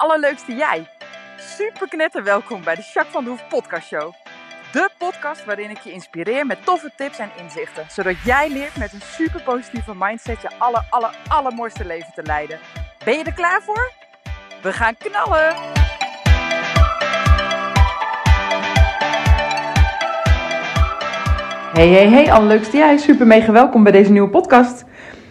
allerleukste jij. Super knetter welkom bij de Jacques van de Hoef podcast show. De podcast waarin ik je inspireer met toffe tips en inzichten. Zodat jij leert met een super positieve mindset je allermooiste leven te leiden. Ben je er klaar voor? We gaan knallen! Hey, allerleukste jij. Super mega welkom bij deze nieuwe podcast.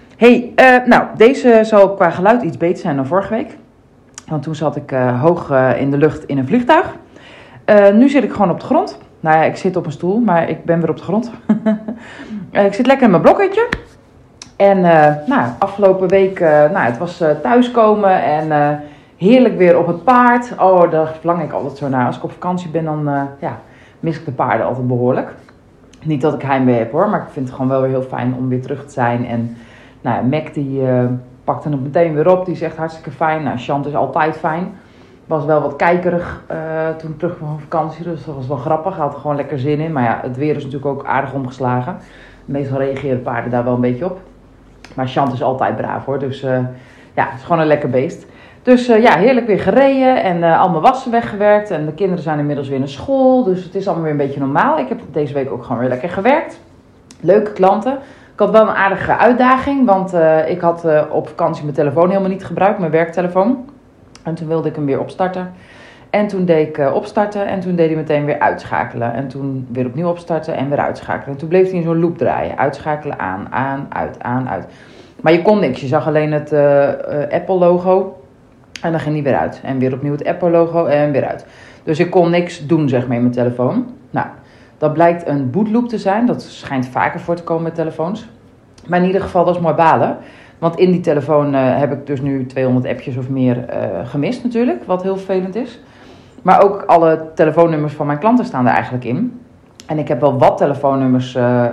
Deze zal qua geluid iets beter zijn dan vorige week. Want toen zat ik hoog in de lucht in een vliegtuig. Nu zit ik gewoon op de grond. Nou ja, ik zit op een stoel, maar ik ben weer op de grond. Ik zit lekker in mijn blokhutje. En afgelopen week, het was thuiskomen en heerlijk weer op het paard. Oh, daar verlang ik altijd zo naar. Als ik op vakantie ben, dan mis ik de paarden altijd behoorlijk. Niet dat ik heimwee heb hoor, maar ik vind het gewoon wel weer heel fijn om weer terug te zijn. En Mac die pakte het meteen weer op, die is echt hartstikke fijn. Chant is altijd fijn. Was wel wat kijkerig toen ik terug kwam van vakantie, dus dat was wel grappig. Hij had er gewoon lekker zin in, maar ja, het weer is natuurlijk ook aardig omgeslagen. Meestal reageren paarden daar wel een beetje op. Maar Chant is altijd braaf hoor, dus het is gewoon een lekker beest. Dus heerlijk weer gereden en al mijn wassen weggewerkt. En de kinderen zijn inmiddels weer naar school, dus het is allemaal weer een beetje normaal. Ik heb deze week ook gewoon weer lekker gewerkt. Leuke klanten. Ik had wel een aardige uitdaging, want ik had op vakantie mijn telefoon helemaal niet gebruikt, mijn werktelefoon. En toen wilde ik hem weer opstarten. En toen deed ik opstarten en toen deed hij meteen weer uitschakelen. En toen weer opnieuw opstarten en weer uitschakelen. En toen bleef hij in zo'n loop draaien. Uitschakelen, aan, uit. Maar je kon niks. Je zag alleen het Apple logo. En dan ging hij weer uit. En weer opnieuw het Apple logo en weer uit. Dus ik kon niks doen zeg maar in mijn telefoon. Nou, dat blijkt een bootloop te zijn. Dat schijnt vaker voor te komen met telefoons. Maar in ieder geval, dat is mooi balen. Want in die telefoon heb ik dus nu 200 appjes of meer gemist natuurlijk. Wat heel vervelend is. Maar ook alle telefoonnummers van mijn klanten staan er eigenlijk in. En ik heb wel wat telefoonnummers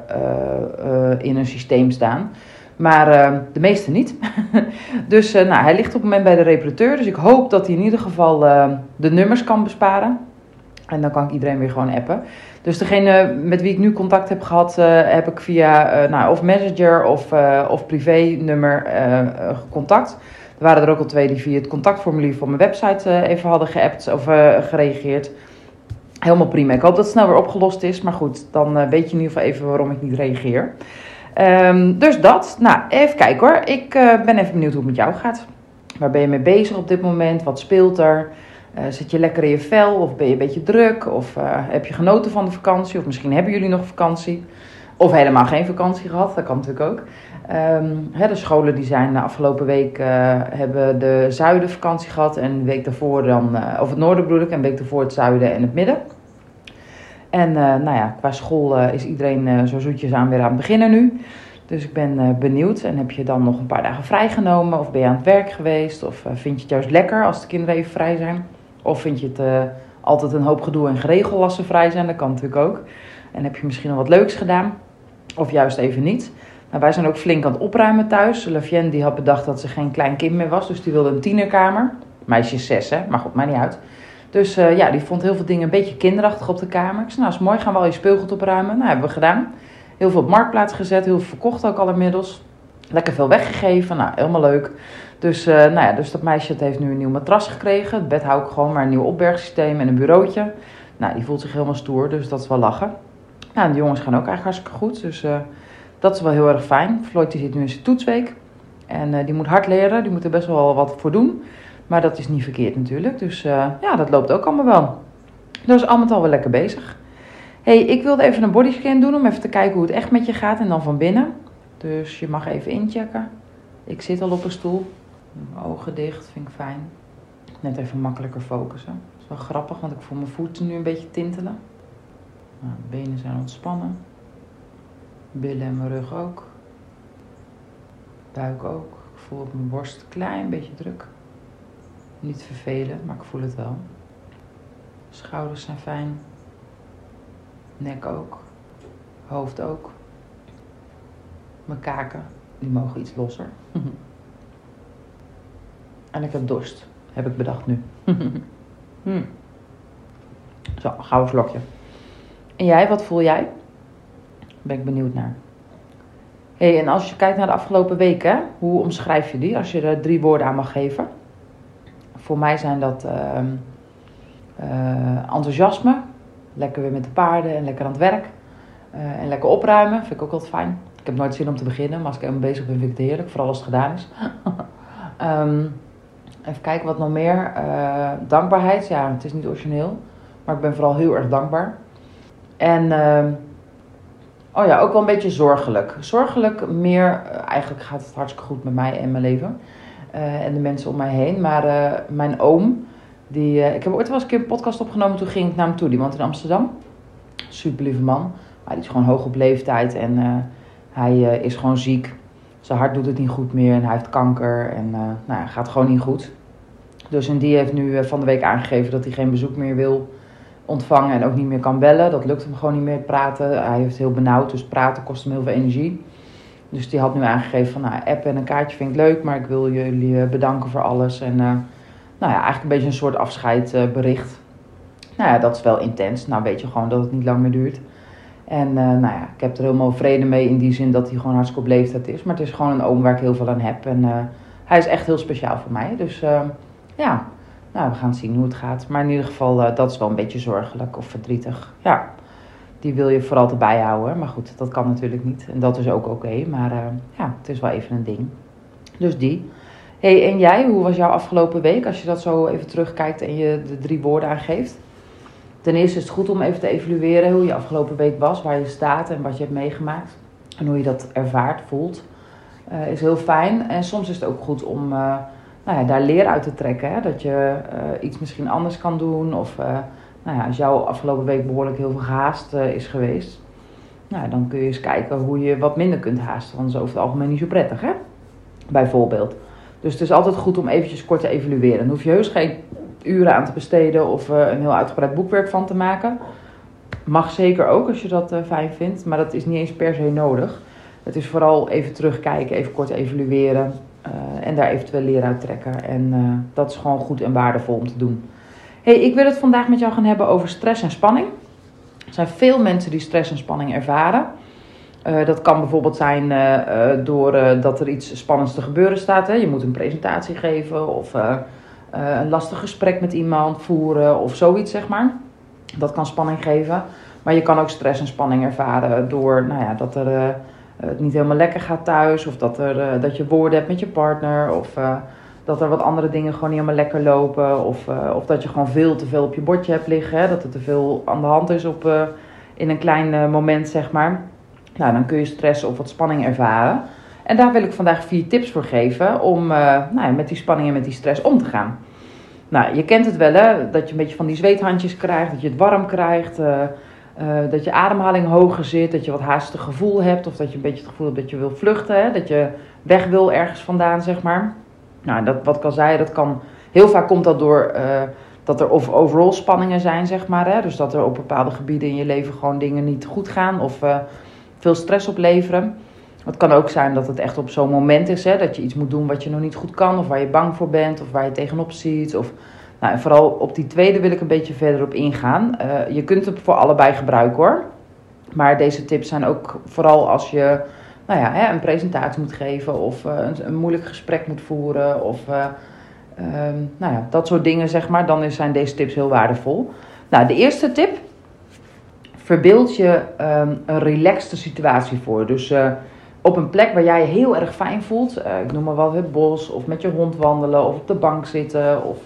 in een systeem staan. Maar de meeste niet. Dus hij ligt op het moment bij de reparateur. Dus ik hoop dat hij in ieder geval de nummers kan besparen. En dan kan ik iedereen weer gewoon appen. Dus degene met wie ik nu contact heb gehad, heb ik via of Messenger of privé-nummer contact. Er waren er ook al 2 die via het contactformulier van mijn website even hadden geappt of gereageerd. Helemaal prima. Ik hoop dat het snel weer opgelost is. Maar goed, dan weet je in ieder geval even waarom ik niet reageer. Dus dat. Nou, even kijken hoor. Ik ben even benieuwd hoe het met jou gaat. Waar ben je mee bezig op dit moment? Wat speelt er? Zit je lekker in je vel of ben je een beetje druk? Of heb je genoten van de vakantie? Of misschien hebben jullie nog vakantie. Of helemaal geen vakantie gehad. Dat kan natuurlijk ook. De scholen die zijn de afgelopen week hebben de zuiden vakantie gehad. En de week daarvoor dan, of het noorden bedoel ik. En de week daarvoor het zuiden en het midden. En qua school is iedereen zo zoetjes aan weer aan het beginnen nu. Dus ik ben benieuwd. En heb je dan nog een paar dagen vrijgenomen? Of ben je aan het werk geweest? Of vind je het juist lekker als de kinderen even vrij zijn? Of vind je het altijd een hoop gedoe en geregel als ze vrij zijn? Dat kan natuurlijk ook. En heb je misschien al wat leuks gedaan? Of juist even niet? Nou, wij zijn ook flink aan het opruimen thuis. Lavienne die had bedacht dat ze geen klein kind meer was. Dus die wilde een tienerkamer. Meisje is 6 hè, maar goed, maakt niet uit. Dus die vond heel veel dingen een beetje kinderachtig op de kamer. Ik zei, nou is mooi, gaan we al je speelgoed opruimen. Nou, hebben we gedaan. Heel veel op marktplaats gezet, heel veel verkocht ook al inmiddels. Lekker veel weggegeven, nou helemaal leuk. Dus, dus dat meisje heeft nu een nieuw matras gekregen. Het bed hou ik gewoon, maar een nieuw opbergsysteem en een bureautje. Nou, die voelt zich helemaal stoer, dus dat is wel lachen. Nou, en de jongens gaan ook eigenlijk hartstikke goed, dus dat is wel heel erg fijn. Floyd die zit nu in zijn toetsweek en die moet hard leren, die moet er best wel wat voor doen. Maar dat is niet verkeerd natuurlijk, dus dat loopt ook allemaal wel. Dus allemaal wel lekker bezig. Ik wilde even een bodyscan doen om even te kijken hoe het echt met je gaat en dan van binnen. Dus je mag even inchecken. Ik zit al op een stoel. Mijn ogen dicht, vind ik fijn. Net even makkelijker focussen. Dat is wel grappig, want ik voel mijn voeten nu een beetje tintelen. Nou, benen zijn ontspannen. Billen en mijn rug ook. Buik ook. Ik voel op mijn borst een klein beetje druk. Niet vervelend, maar ik voel het wel. Schouders zijn fijn. Nek ook. Hoofd ook. Mijn kaken, die mogen iets losser. En ik heb dorst. Heb ik bedacht nu. Zo, gauw een slokje. En jij, wat voel jij? Ben ik benieuwd naar. En als je kijkt naar de afgelopen weken, hoe omschrijf je die? Als je er 3 woorden aan mag geven. Voor mij zijn dat enthousiasme. Lekker weer met de paarden en lekker aan het werk. En lekker opruimen, vind ik ook altijd fijn. Ik heb nooit zin om te beginnen, maar als ik helemaal bezig ben vind ik het heerlijk. Vooral als het gedaan is. Even kijken wat nog meer. Dankbaarheid, ja, het is niet origineel. Maar ik ben vooral heel erg dankbaar. En ook wel een beetje zorgelijk. Zorgelijk meer, eigenlijk gaat het hartstikke goed met mij en mijn leven. En de mensen om mij heen. Maar mijn oom, ik heb ooit wel eens een keer een podcast opgenomen. Toen ging ik naar hem toe, die woont in Amsterdam. Super lieve man. Maar die is gewoon hoog op leeftijd en hij is gewoon ziek. Zijn hart doet het niet goed meer en hij heeft kanker en gaat gewoon niet goed. Dus en die heeft nu van de week aangegeven dat hij geen bezoek meer wil ontvangen en ook niet meer kan bellen. Dat lukt hem gewoon niet meer, praten. Hij heeft heel benauwd, dus praten kost hem heel veel energie. Dus die had nu aangegeven van app en een kaartje vind ik leuk, maar ik wil jullie bedanken voor alles. En eigenlijk een beetje een soort afscheidsbericht. Dat is wel intens. Nou weet je gewoon dat het niet lang meer duurt. En ik heb er helemaal vrede mee in die zin dat hij gewoon hartstikke op leeftijd is. Maar het is gewoon een oom waar ik heel veel aan heb. En hij is echt heel speciaal voor mij. Dus we gaan zien hoe het gaat. Maar in ieder geval, dat is wel een beetje zorgelijk of verdrietig. Ja, die wil je vooral erbij houden. Maar goed, dat kan natuurlijk niet. En dat is ook oké. Maar het is wel even een ding. Dus die. Hey, en jij, hoe was jouw afgelopen week? Als je dat zo even terugkijkt en je de 3 woorden aangeeft. Ten eerste is het goed om even te evalueren hoe je afgelopen week was, waar je staat en wat je hebt meegemaakt. En hoe je dat ervaart, voelt. Is heel fijn. En soms is het ook goed om daar leer uit te trekken. Hè? Dat je iets misschien anders kan doen. Of als jouw afgelopen week behoorlijk heel veel gehaast is geweest. Dan kun je eens kijken hoe je wat minder kunt haasten. Want dat is over het algemeen niet zo prettig, hè? Bijvoorbeeld. Dus het is altijd goed om eventjes kort te evalueren. Dan hoef je heus geen uren aan te besteden of een heel uitgebreid boekwerk van te maken. Mag zeker ook als je dat fijn vindt, maar dat is niet eens per se nodig. Het is vooral even terugkijken, even kort evalueren en daar eventueel leer uit trekken. En dat is gewoon goed en waardevol om te doen. Hey, ik wil het vandaag met jou gaan hebben over stress en spanning. Er zijn veel mensen die stress en spanning ervaren. Dat kan bijvoorbeeld zijn doordat er iets spannends te gebeuren staat. Hè. Je moet een presentatie geven of een lastig gesprek met iemand voeren of zoiets, zeg maar. Dat kan spanning geven. Maar je kan ook stress en spanning ervaren door dat het niet helemaal lekker gaat thuis. Of dat je woorden hebt met je partner. Of dat er wat andere dingen gewoon niet helemaal lekker lopen. Of dat je gewoon veel te veel op je bordje hebt liggen. Hè. Dat er te veel aan de hand is in een klein moment, zeg maar. Dan kun je stress of wat spanning ervaren. En daar wil ik vandaag 4 tips voor geven om met die spanning en met die stress om te gaan. Je kent het wel, hè? Dat je een beetje van die zweethandjes krijgt, dat je het warm krijgt, dat je ademhaling hoger zit, dat je wat haastig gevoel hebt of dat je een beetje het gevoel hebt dat je wil vluchten, hè? Dat je weg wil ergens vandaan, zeg maar. Wat ik al zei, heel vaak komt dat door dat er overal spanningen zijn, zeg maar. Hè? Dus dat er op bepaalde gebieden in je leven gewoon dingen niet goed gaan of veel stress opleveren. Het kan ook zijn dat het echt op zo'n moment is, hè, dat je iets moet doen wat je nog niet goed kan, of waar je bang voor bent, of waar je tegenop ziet. En vooral op die tweede wil ik een beetje verder op ingaan. Je kunt het voor allebei gebruiken, hoor. Maar deze tips zijn ook vooral als je een presentatie moet geven, of een moeilijk gesprek moet voeren, of dat soort dingen, zeg maar. Dan zijn deze tips heel waardevol. De eerste tip. Verbeeld je een relaxte situatie voor. Dus op een plek waar jij je heel erg fijn voelt. Ik noem maar wat, het bos. Of met je hond wandelen. Of op de bank zitten. Of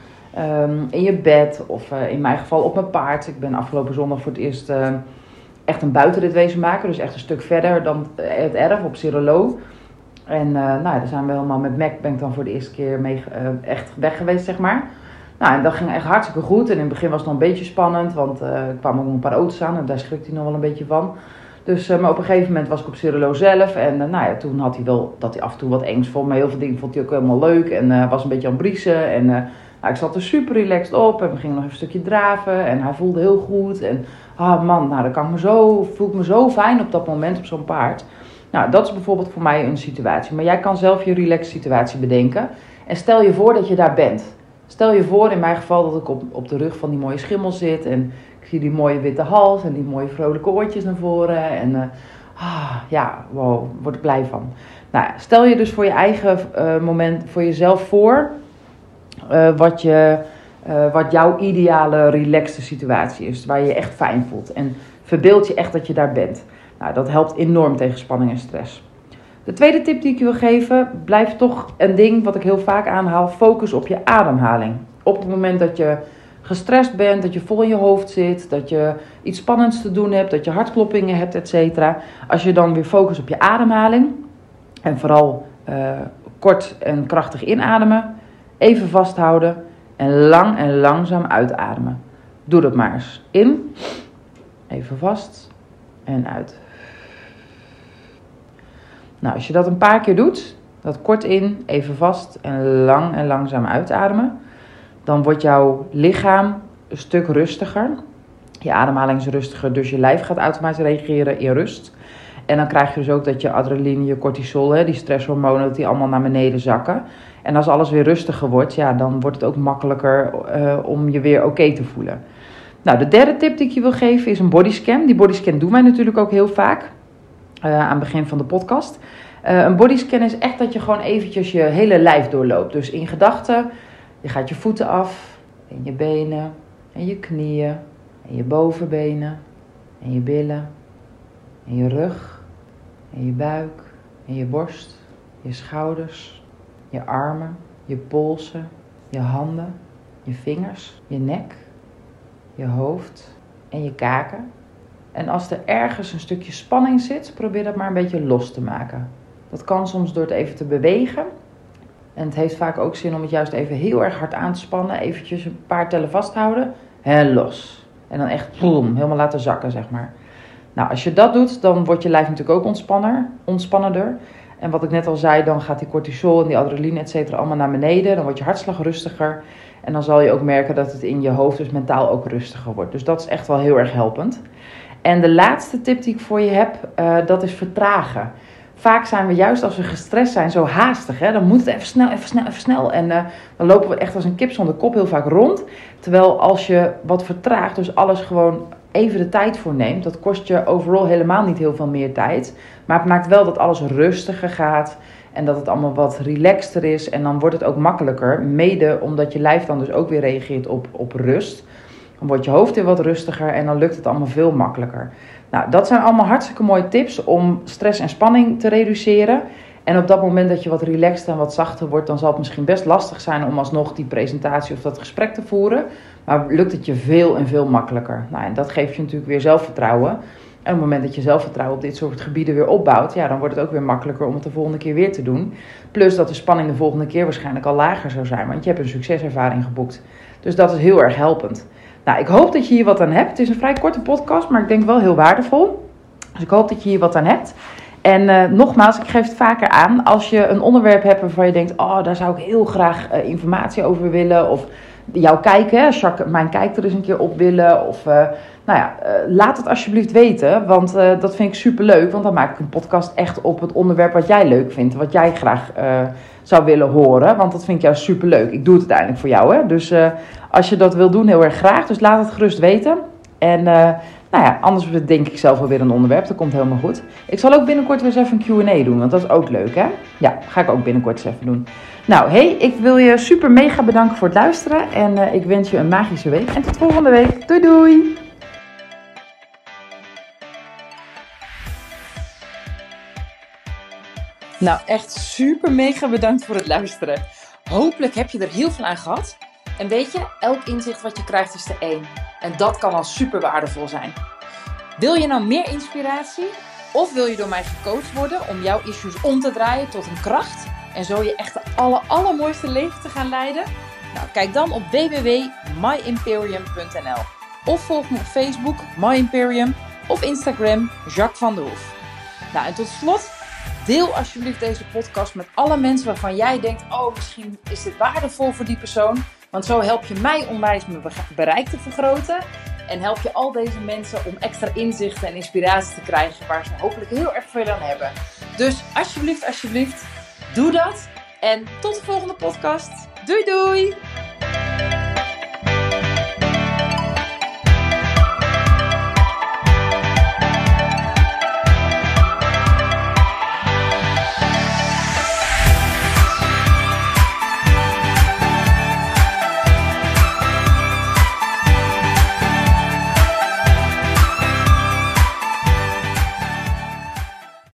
in je bed. Of in mijn geval op mijn paard. Ik ben afgelopen zondag voor het eerst echt een buitenrit wezen maken. Dus echt een stuk verder dan het erf op Cirolo. En daar zijn we helemaal met Mac. Ben ik dan voor de eerste keer mee echt weg geweest, zeg maar. En dat ging echt hartstikke goed. En in het begin was het nog een beetje spannend, want er kwamen ook nog een paar auto's aan en daar schrikte hij nog wel een beetje van. Dus, maar op een gegeven moment was ik op Cirelo zelf en toen had hij wel dat hij af en toe wat engs vond. Maar heel veel dingen vond hij ook helemaal leuk en was een beetje aan het briesen. En ik zat er super relaxed op en we gingen nog even een stukje draven en hij voelde heel goed. En dan voel ik me zo fijn op dat moment op zo'n paard. Dat is bijvoorbeeld voor mij een situatie. Maar jij kan zelf je relaxed situatie bedenken. En stel je voor dat je daar bent. Stel je voor in mijn geval dat ik op de rug van die mooie schimmel zit. En ik zie die mooie witte hals en die mooie vrolijke oortjes naar voren. En wow, word ik blij van. Stel je dus voor je eigen moment, voor jezelf voor. wat jouw ideale relaxte situatie is. Waar je je echt fijn voelt. En verbeeld je echt dat je daar bent. Nou, dat helpt enorm tegen spanning en stress. De tweede tip die ik je wil geven, blijft toch een ding wat ik heel vaak aanhaal. Focus op je ademhaling. Op het moment dat je gestrest bent, dat je vol in je hoofd zit, dat je iets spannends te doen hebt, dat je hartkloppingen hebt, etc. Als je dan weer focust op je ademhaling en vooral kort en krachtig inademen, even vasthouden en lang en langzaam uitademen. Doe dat maar eens. In, even vast en uit. Nou, als je dat een paar keer doet, dat kort in, even vast en lang en langzaam uitademen, dan wordt jouw lichaam een stuk rustiger. Je ademhaling is rustiger, dus je lijf gaat automatisch reageren in rust. En dan krijg je dus ook dat je adrenaline, je cortisol, die stresshormonen, dat die allemaal naar beneden zakken. En als alles weer rustiger wordt, ja, dan wordt het ook makkelijker om je weer oké te voelen. Nou, de derde tip die ik je wil geven is een bodyscan. Die bodyscan doen wij natuurlijk ook heel vaak aan het begin van de podcast. Een bodyscan is echt dat je gewoon eventjes je hele lijf doorloopt. Dus in gedachten, je gaat je voeten af en je benen en je knieën en je bovenbenen en je billen en je rug en je buik en je borst, je schouders, je armen, je polsen, je handen, je vingers, je nek, je hoofd en je kaken. En als er ergens een stukje spanning zit, probeer dat maar een beetje los te maken. Dat kan soms door het even te bewegen. En het heeft vaak ook zin om het juist even heel erg hard aan te spannen. Eventjes een paar tellen vasthouden en los. En dan echt helemaal laten zakken, zeg maar. Nou, als je dat doet, dan wordt je lijf natuurlijk ook ontspannender. En wat ik net al zei, dan gaat die cortisol en die adrenaline, et cetera, allemaal naar beneden. Dan wordt je hartslag rustiger. En dan zal je ook merken dat het in je hoofd, dus mentaal, ook rustiger wordt. Dus dat is echt wel heel erg helpend. En de laatste tip die ik voor je heb, dat is vertragen. Vaak zijn we juist als we gestrest zijn zo haastig. Hè? Dan moet het even snel. En dan lopen we echt als een kip zonder kop heel vaak rond. Terwijl als je wat vertraagt, dus alles gewoon even de tijd voor neemt. Dat kost je overal helemaal niet heel veel meer tijd. Maar het maakt wel dat alles rustiger gaat. En dat het allemaal wat relaxter is. En dan wordt het ook makkelijker. Mede omdat je lijf dan dus ook weer reageert op rust. Dan wordt je hoofd weer wat rustiger en dan lukt het allemaal veel makkelijker. Nou, dat zijn allemaal hartstikke mooie tips om stress en spanning te reduceren. En op dat moment dat je wat relaxter en wat zachter wordt, dan zal het misschien best lastig zijn om alsnog die presentatie of dat gesprek te voeren. Maar lukt het je veel en veel makkelijker. Nou, en dat geeft je natuurlijk weer zelfvertrouwen. En op het moment dat je zelfvertrouwen op dit soort gebieden weer opbouwt, ja, dan wordt het ook weer makkelijker om het de volgende keer weer te doen. Plus dat de spanning de volgende keer waarschijnlijk al lager zou zijn, want je hebt een succeservaring geboekt. Dus dat is heel erg helpend. Nou, ik hoop dat je hier wat aan hebt. Het is een vrij korte podcast, maar ik denk wel heel waardevol. Dus ik hoop dat je hier wat aan hebt. En nogmaals, ik geef het vaker aan. Als je een onderwerp hebt waarvan je denkt, oh, daar zou ik heel graag informatie over willen. Of jou kijken, als Jacques mijn kijk er eens een keer op willen. Of laat het alsjeblieft weten. Want dat vind ik superleuk. Want dan maak ik een podcast echt op het onderwerp wat jij leuk vindt. Wat jij graag zou willen horen. Want dat vind ik juist superleuk. Ik doe het uiteindelijk voor jou. Hè? Dus als je dat wil doen, heel erg graag. Dus laat het gerust weten. En anders denk ik zelf wel weer een onderwerp. Dat komt helemaal goed. Ik zal ook binnenkort weer eens even een Q&A doen. Want dat is ook leuk, hè? Ja, ga ik ook binnenkort eens even doen. Nou, ik wil je super mega bedanken voor het luisteren. En ik wens je een magische week. En tot volgende week. Doei doei! Nou, echt super mega bedankt voor het luisteren. Hopelijk heb je er heel veel aan gehad. En weet je, elk inzicht wat je krijgt is er één. En dat kan al super waardevol zijn. Wil je nou meer inspiratie? Of wil je door mij gecoacht worden om jouw issues om te draaien tot een kracht? En zo je echt de allermooiste leven te gaan leiden? Nou, kijk dan op www.myimperium.nl. Of volg me op Facebook, My Imperium. Of Instagram, Jacques van der Hoef. Nou, en tot slot, deel alsjeblieft deze podcast met alle mensen waarvan jij denkt, oh, misschien is dit waardevol voor die persoon. Want zo help je mij onwijs mijn bereik te vergroten. En help je al deze mensen om extra inzichten en inspiratie te krijgen waar ze hopelijk heel erg veel aan hebben. Dus alsjeblieft, doe dat. En tot de volgende podcast. Doei doei!